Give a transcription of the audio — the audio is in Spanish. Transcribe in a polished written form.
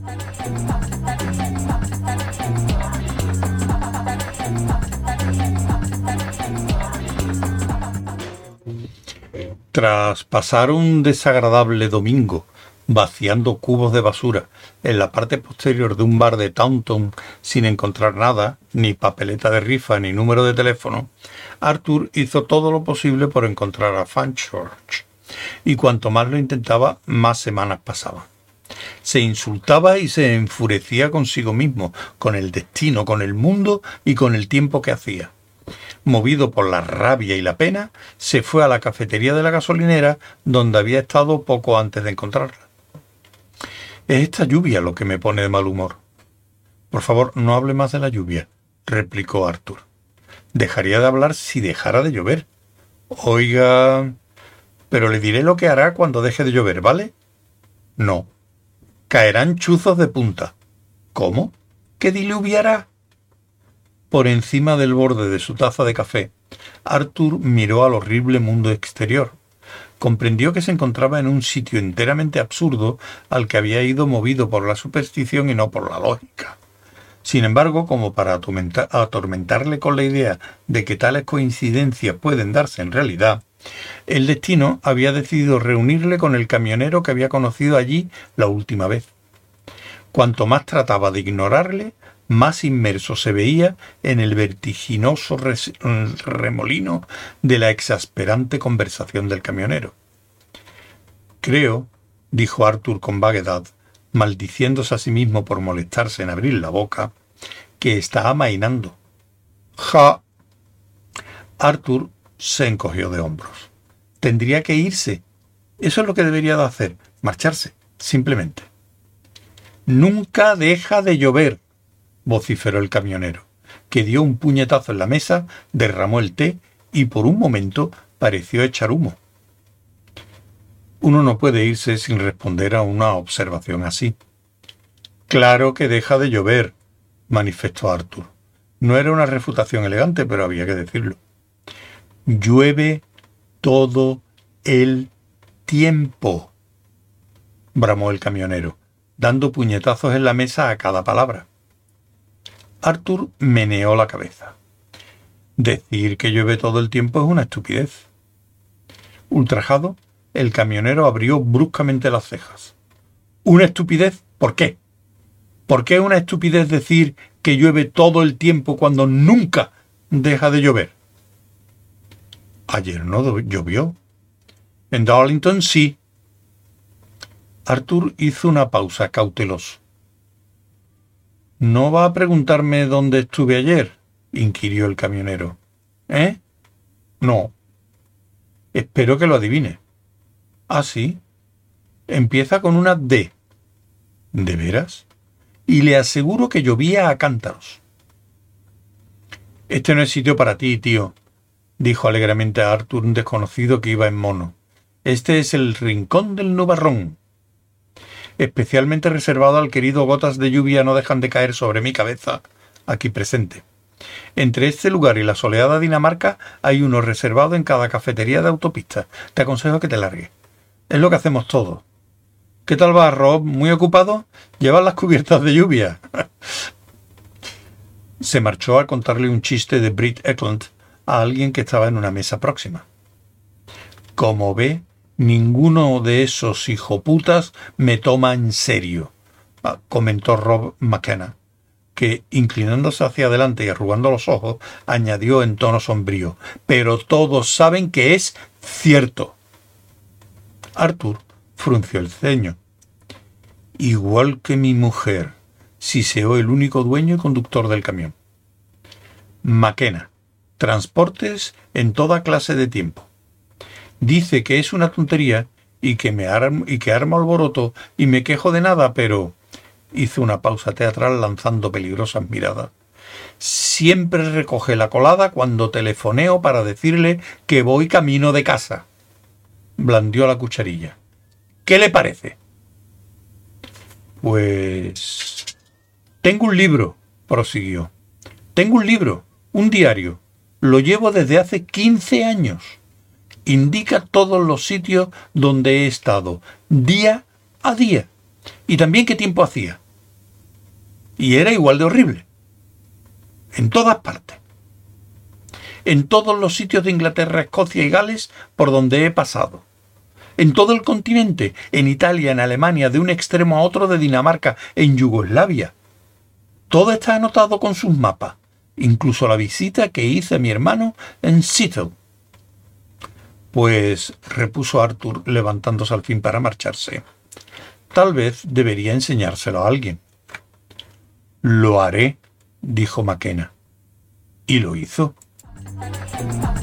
Tras pasar un desagradable domingo vaciando cubos de basura en la parte posterior de un bar de Taunton sin encontrar nada, ni papeleta de rifa ni número de teléfono, Arthur hizo todo lo posible por encontrar a Fanchurch, y cuanto más lo intentaba, más semanas pasaban. Se insultaba y se enfurecía consigo mismo, con el destino, con el mundo y con el tiempo que hacía. Movido por la rabia y la pena, se fue a la cafetería de la gasolinera donde había estado poco antes de encontrarla. Es esta lluvia lo que me pone de mal humor. Por favor, no hable más de la lluvia, replicó Arthur. Dejaría de hablar si dejara de llover. Oiga, pero le diré lo que hará cuando deje de llover, ¿vale? No. Caerán chuzos de punta. ¿Cómo? ¿Qué diluviará? Por encima del borde de su taza de café, Arthur miró al horrible mundo exterior. Comprendió que se encontraba en un sitio enteramente absurdo al que había ido movido por la superstición y no por la lógica. Sin embargo, como para atormentarle con la idea de que tales coincidencias pueden darse en realidad, el destino había decidido reunirle con el camionero que había conocido allí la última vez. Cuanto más trataba de ignorarle, más inmerso se veía en el vertiginoso remolino de la exasperante conversación del camionero. Creo, dijo Arthur con vaguedad, maldiciéndose a sí mismo por molestarse en abrir la boca, que está amainando. ¡Ja! Arthur se encogió de hombros. Tendría que irse. Eso es lo que debería de hacer, marcharse, simplemente. Nunca deja de llover, vociferó el camionero, que dio un puñetazo en la mesa, derramó el té y por un momento pareció echar humo. Uno no puede irse sin responder a una observación así. Claro que deja de llover, manifestó Arthur. No era una refutación elegante, pero había que decirlo. Llueve todo el tiempo, bramó el camionero, dando puñetazos en la mesa a cada palabra. Arthur meneó la cabeza. Decir que llueve todo el tiempo es una estupidez. Ultrajado, el camionero abrió bruscamente las cejas. ¿Una estupidez? ¿Por qué? ¿Por qué es una estupidez decir que llueve todo el tiempo cuando nunca deja de llover? Ayer no llovió. En Darlington sí. Arthur hizo una pausa cauteloso. ¿No va a preguntarme dónde estuve ayer?, inquirió el camionero. ¿Eh? No. Espero que lo adivine. ¿Ah, sí? Empieza con una D. ¿De veras? Y le aseguro que llovía a cántaros. Este no es sitio para ti, tío, dijo alegremente a Arthur un desconocido que iba en mono. Este es el rincón del nubarrón, especialmente reservado al querido gotas de lluvia no dejan de caer sobre mi cabeza, aquí presente. Entre este lugar y la soleada Dinamarca hay uno reservado en cada cafetería de autopista. Te aconsejo que te largues. Es lo que hacemos todos. ¿Qué tal va, Rob? ¿Muy ocupado? ¿Llevas las cubiertas de lluvia? Se marchó a contarle un chiste de Britt Eklund a alguien que estaba en una mesa próxima. Como ve, ninguno de esos hijoputas me toma en serio, comentó Rob McKenna, que, inclinándose hacia adelante y arrugando los ojos, añadió en tono sombrío, pero todos saben que es cierto. Arthur frunció el ceño. Igual que mi mujer, siseó el único dueño y conductor del camión. McKenna, transportes en toda clase de tiempo. Dice que es una tontería y que armo alboroto y me quejo de nada, pero... Hizo una pausa teatral lanzando peligrosas miradas. Siempre recoge la colada cuando telefoneo para decirle que voy camino de casa. Blandió la cucharilla. ¿Qué le parece? Pues... Tengo un libro, prosiguió. Tengo un libro, un diario. Lo llevo desde hace 15 años. Indica todos los sitios donde he estado, día a día. Y también qué tiempo hacía. Y era igual de horrible. En todas partes. En todos los sitios de Inglaterra, Escocia y Gales por donde he pasado. En todo el continente, en Italia, en Alemania, de un extremo a otro de Dinamarca, en Yugoslavia. Todo está anotado con sus mapas, incluso la visita que hice a mi hermano en Seattle. Pues, repuso Arthur, levantándose al fin para marcharse, tal vez debería enseñárselo a alguien. Lo haré, dijo McKenna. Y lo hizo.